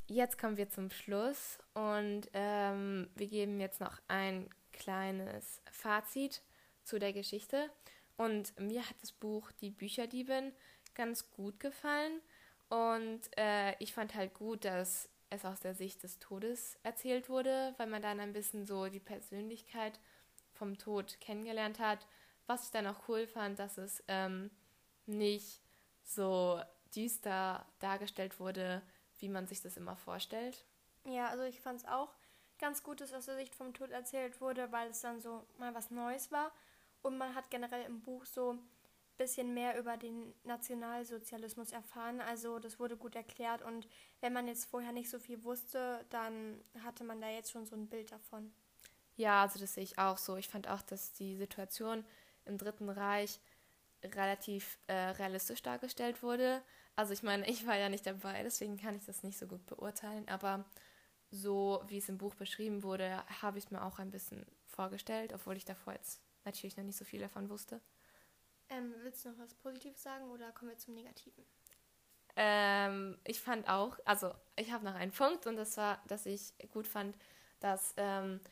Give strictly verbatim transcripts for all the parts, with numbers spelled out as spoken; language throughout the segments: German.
jetzt kommen wir zum Schluss und ähm, wir geben jetzt noch ein kleines Fazit zu der Geschichte. Und mir hat das Buch Die Bücherdiebin ganz gut gefallen und äh, ich fand halt gut, dass es aus der Sicht des Todes erzählt wurde, weil man dann ein bisschen so die Persönlichkeit vom Tod kennengelernt hat. Was ich dann auch cool fand, dass es ähm, nicht so düster dargestellt wurde, wie man sich das immer vorstellt. Ja, also ich fand es auch ganz gut, dass aus der Sicht vom Tod erzählt wurde, weil es dann so mal was Neues war. Und man hat generell im Buch so ein bisschen mehr über den Nationalsozialismus erfahren. Also das wurde gut erklärt und wenn man jetzt vorher nicht so viel wusste, dann hatte man da jetzt schon so ein Bild davon. Ja, also das sehe ich auch so. Ich fand auch, dass die Situation im Dritten Reich relativ äh, realistisch dargestellt wurde. Also ich meine, ich war ja nicht dabei, deswegen kann ich das nicht so gut beurteilen, aber so wie es im Buch beschrieben wurde, habe ich es mir auch ein bisschen vorgestellt, obwohl ich davor jetzt natürlich noch nicht so viel davon wusste. Ähm, willst du noch was Positives sagen oder kommen wir zum Negativen? Ähm, ich fand auch, also ich habe noch einen Punkt und das war, dass ich gut fand, dass ähm,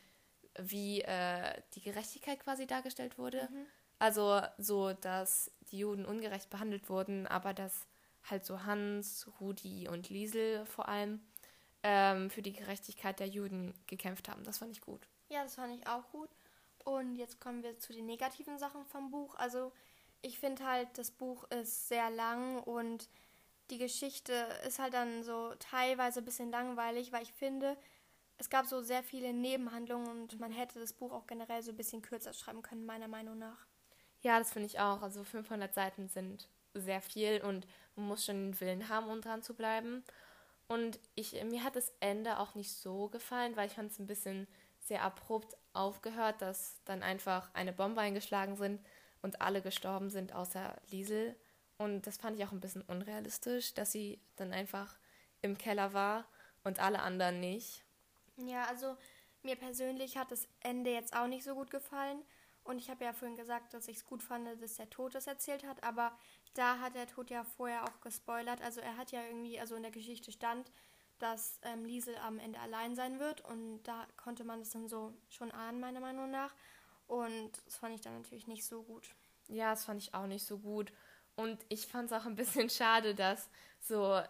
wie äh, die Gerechtigkeit quasi dargestellt wurde. Mhm. Also so, dass die Juden ungerecht behandelt wurden, aber dass halt so Hans, Rudi und Liesel vor allem ähm, für die Gerechtigkeit der Juden gekämpft haben. Das fand ich gut. Ja, das fand ich auch gut. Und jetzt kommen wir zu den negativen Sachen vom Buch. Also ich finde halt, das Buch ist sehr lang und die Geschichte ist halt dann so teilweise ein bisschen langweilig, weil ich finde, es gab so sehr viele Nebenhandlungen und man hätte das Buch auch generell so ein bisschen kürzer schreiben können, meiner Meinung nach. Ja, das finde ich auch. Also fünfhundert Seiten sind sehr viel und man muss schon den Willen haben, um dran zu bleiben. Und ich, mir hat das Ende auch nicht so gefallen, weil ich fand es ein bisschen sehr abrupt aufgehört, dass dann einfach eine Bombe eingeschlagen sind und alle gestorben sind, außer Liesel. Und das fand ich auch ein bisschen unrealistisch, dass sie dann einfach im Keller war und alle anderen nicht. Ja, also mir persönlich hat das Ende jetzt auch nicht so gut gefallen. Und ich habe ja vorhin gesagt, dass ich es gut fand, dass der Tod das erzählt hat. Aber da hat der Tod ja vorher auch gespoilert. Also er hat ja irgendwie, also in der Geschichte stand, dass ähm, Liesel am Ende allein sein wird. Und da konnte man das dann so schon ahnen, meiner Meinung nach. Und das fand ich dann natürlich nicht so gut. Ja, das fand ich auch nicht so gut. Und ich fand es auch ein bisschen schade, dass so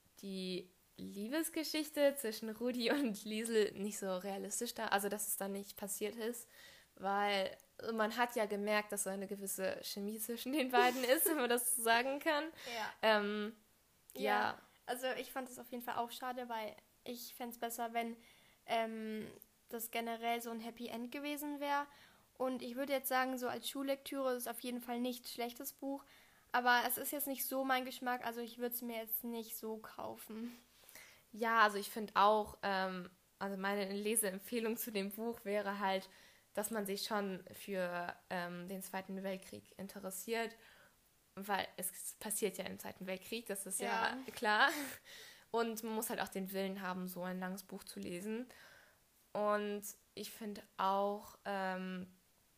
die Liebesgeschichte zwischen Rudi und Liesel nicht so realistisch da, also dass es dann nicht passiert ist, weil man hat ja gemerkt, dass so eine gewisse Chemie zwischen den beiden ist, wenn man das so sagen kann. Ja. Ähm, Ja, ja, also ich fand es auf jeden Fall auch schade, weil ich fände es besser, wenn ähm, das generell so ein Happy End gewesen wäre. Und ich würde jetzt sagen, so als Schullektüre ist es auf jeden Fall nicht ein schlechtes Buch. Aber es ist jetzt nicht so mein Geschmack, also ich würde es mir jetzt nicht so kaufen. ja, also ich finde auch, ähm, also meine Leseempfehlung zu dem Buch wäre halt, dass man sich schon für ähm, den Zweiten Weltkrieg interessiert, weil es passiert ja im Zweiten Weltkrieg, das ist ja Ja. klar. Und man muss halt auch den Willen haben, so ein langes Buch zu lesen. Und ich finde auch, ähm,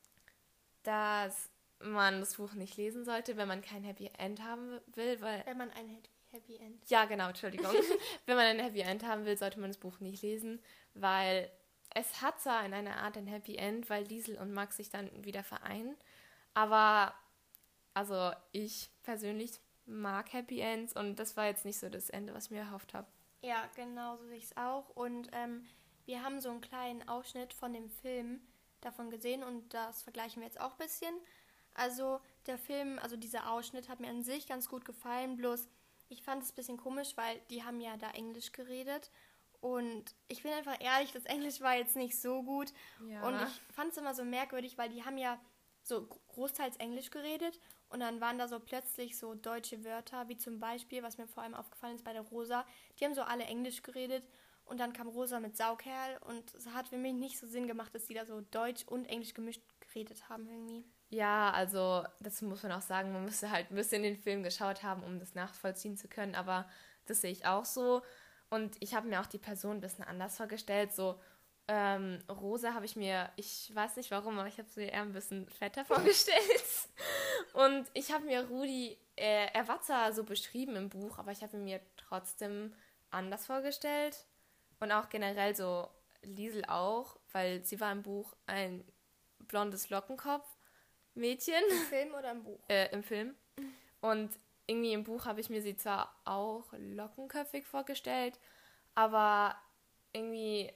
dass man das Buch nicht lesen sollte, wenn man kein Happy End haben will, weil, Wenn man ein Happy End. ja genau, Entschuldigung, wenn man ein Happy End haben will, sollte man das Buch nicht lesen, weil es hat zwar in einer Art ein Happy End, weil Liesel und Max sich dann wieder vereinen, aber also ich persönlich mag Happy Ends und das war jetzt nicht so das Ende, was ich mir erhofft habe. Ja, genau so sehe ich es auch. Und ähm, wir haben so einen kleinen Ausschnitt von dem Film davon gesehen und das vergleichen wir jetzt auch ein bisschen. Also der Film, also dieser Ausschnitt hat mir an sich ganz gut gefallen, bloß ich fand es ein bisschen komisch, weil die haben ja da Englisch geredet und ich bin einfach ehrlich, das Englisch war jetzt nicht so gut und Ja. ich fand es immer so merkwürdig, weil die haben ja so großteils Englisch geredet und dann waren da so plötzlich so deutsche Wörter, wie zum Beispiel, was mir vor allem aufgefallen ist bei der Rosa, die haben so alle Englisch geredet und dann kam Rosa mit Saukerl und es hat für mich nicht so Sinn gemacht, dass die da so Deutsch und Englisch gemischt geredet haben irgendwie. Ja, also dazu muss man auch sagen, man müsste halt ein bisschen den Film geschaut haben, um das nachvollziehen zu können, aber das sehe ich auch so. Und ich habe mir auch die Person ein bisschen anders vorgestellt. So, ähm, Rosa habe ich mir, ich weiß nicht warum, aber ich habe sie eher ein bisschen fetter vorgestellt. Und ich habe mir Rudi, äh, er war zwar so beschrieben im Buch, aber ich habe ihn mir trotzdem anders vorgestellt. Und auch generell so Liesel auch, weil sie war im Buch ein blondes Lockenkopf-Mädchen. Im Film oder im Buch? Äh, im Film. Und irgendwie im Buch habe ich mir sie zwar auch lockenköpfig vorgestellt, aber irgendwie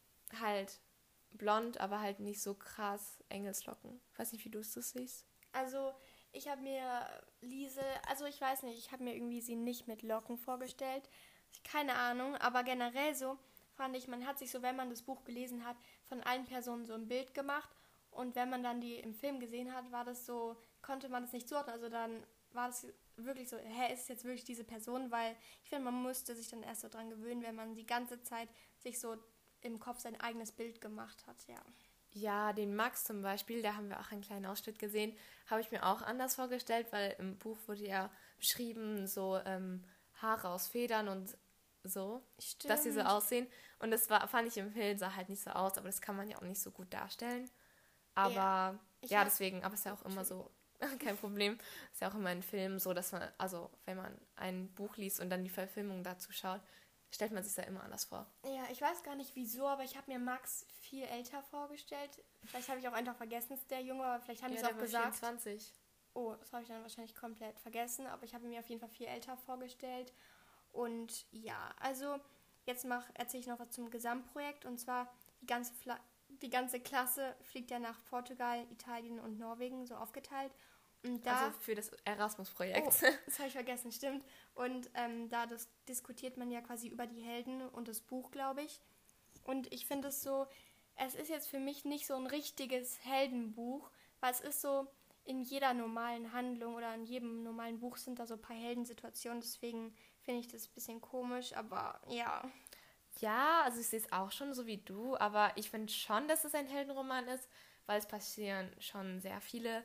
halt blond, aber halt nicht so krass Engelslocken. Ich weiß nicht, wie du es das siehst. Also, ich habe mir Liesel, also ich weiß nicht, ich habe mir irgendwie sie nicht mit Locken vorgestellt. Keine Ahnung, aber generell so fand ich, man hat sich so, wenn man das Buch gelesen hat, von allen Personen so ein Bild gemacht. Und wenn man dann die im Film gesehen hat, war das so, konnte man das nicht zuordnen. Also dann war das wirklich so, hä, ist es jetzt wirklich diese Person? Weil ich finde, man musste sich dann erst so dran gewöhnen, wenn man die ganze Zeit sich so im Kopf sein eigenes Bild gemacht hat, ja. Ja, den Max zum Beispiel, da haben wir auch einen kleinen Ausschnitt gesehen, habe ich mir auch anders vorgestellt, weil im Buch wurde ja beschrieben, so ähm, Haare aus Federn und so, Stimmt. dass sie so aussehen. Und das war, fand ich im Film, sah halt nicht so aus, aber das kann man ja auch nicht so gut darstellen. Aber Ja, ich ja, hab- deswegen, aber es ist ja auch immer so, kein Problem, ist ja auch immer ein Film so, dass man, also wenn man ein Buch liest und dann die Verfilmung dazu schaut, stellt man sich ja immer anders vor. Ja, ich weiß gar nicht wieso, aber ich habe mir Max viel älter vorgestellt. Vielleicht habe ich auch einfach vergessen, dass der Junge, aber vielleicht haben die es auch gesagt. vierundzwanzig. Oh, das habe ich dann wahrscheinlich komplett vergessen, aber ich habe mir auf jeden Fall viel älter vorgestellt. Und ja, also jetzt erzähle ich noch was zum Gesamtprojekt. Und zwar die ganze, Fla- die ganze Klasse fliegt ja nach Portugal, Italien und Norwegen, so aufgeteilt. Und da, Also für das Erasmus-Projekt. oh, das habe ich vergessen, stimmt. Und ähm, da das diskutiert man ja quasi über die Helden und das Buch, glaube ich. Und ich finde es so, es ist jetzt für mich nicht so ein richtiges Heldenbuch, weil es ist so, in jeder normalen Handlung oder in jedem normalen Buch sind da so ein paar Heldensituationen, deswegen finde ich das ein bisschen komisch, aber ja. Ja, also ich sehe es auch schon so wie du, aber ich finde schon, dass es ein Heldenroman ist, weil es passieren schon sehr viele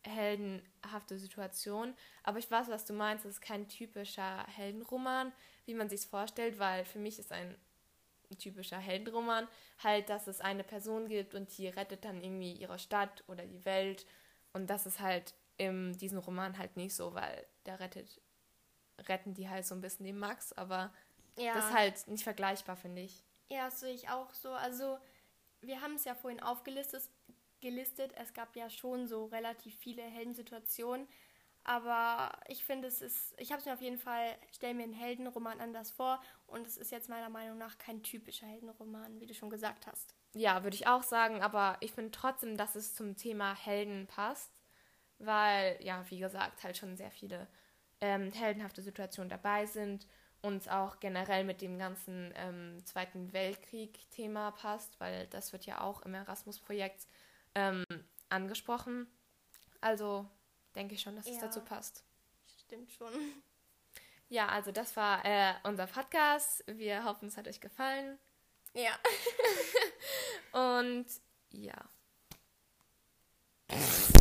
heldenhafte Situationen. Aber ich weiß, was du meinst, es ist kein typischer Heldenroman, wie man sich es vorstellt, weil für mich ist ein typischer Heldenroman halt, dass es eine Person gibt und die rettet dann irgendwie ihre Stadt oder die Welt. Und das ist halt in diesem Roman halt nicht so, weil da rettet, retten die halt so ein bisschen den Max, aber Ja, das ist halt nicht vergleichbar, finde ich. ja, das sehe ich auch so. Also, wir haben es ja vorhin aufgelistet, gelistet. Es gab ja schon so relativ viele Heldensituationen. Aber ich finde, es ist, ich habe es mir auf jeden Fall, stelle mir einen Heldenroman anders vor. Und es ist jetzt meiner Meinung nach kein typischer Heldenroman, wie du schon gesagt hast. Ja, würde ich auch sagen, aber ich finde trotzdem, dass es zum Thema Helden passt, weil, ja, wie gesagt, halt schon sehr viele ähm, heldenhafte Situationen dabei sind und auch generell mit dem ganzen ähm, Zweiten Weltkrieg-Thema passt, weil das wird ja auch im Erasmus-Projekt ähm, angesprochen. Also denke ich schon, dass es Ja. dazu passt. Stimmt schon. Ja, also das war äh, unser Podcast. Wir hoffen, es hat euch gefallen. Ja. Und ja.